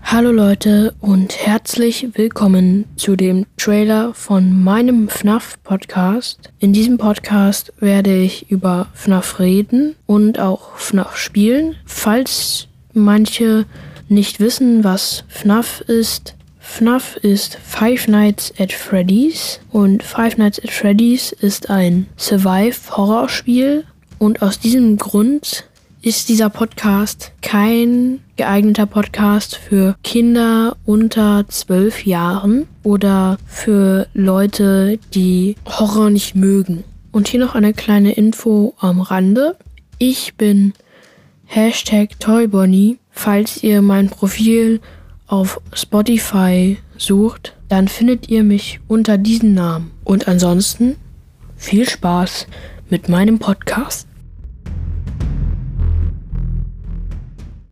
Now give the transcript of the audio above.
Hallo Leute und herzlich willkommen zu dem Trailer von meinem FNAF-Podcast. In diesem Podcast werde ich über FNAF reden und auch FNAF spielen. Falls manche nicht wissen, was FNAF ist Five Nights at Freddy's und Five Nights at Freddy's ist ein Survive-Horrorspiel und aus diesem Grund ist dieser Podcast kein geeigneter Podcast für Kinder unter 12 Jahren oder für Leute, die Horror nicht mögen. Und hier noch eine kleine Info am Rande. Ich bin #ToyBonnie. Falls ihr mein Profil auf Spotify sucht, dann findet ihr mich unter diesem Namen. Und ansonsten viel Spaß mit meinem Podcast.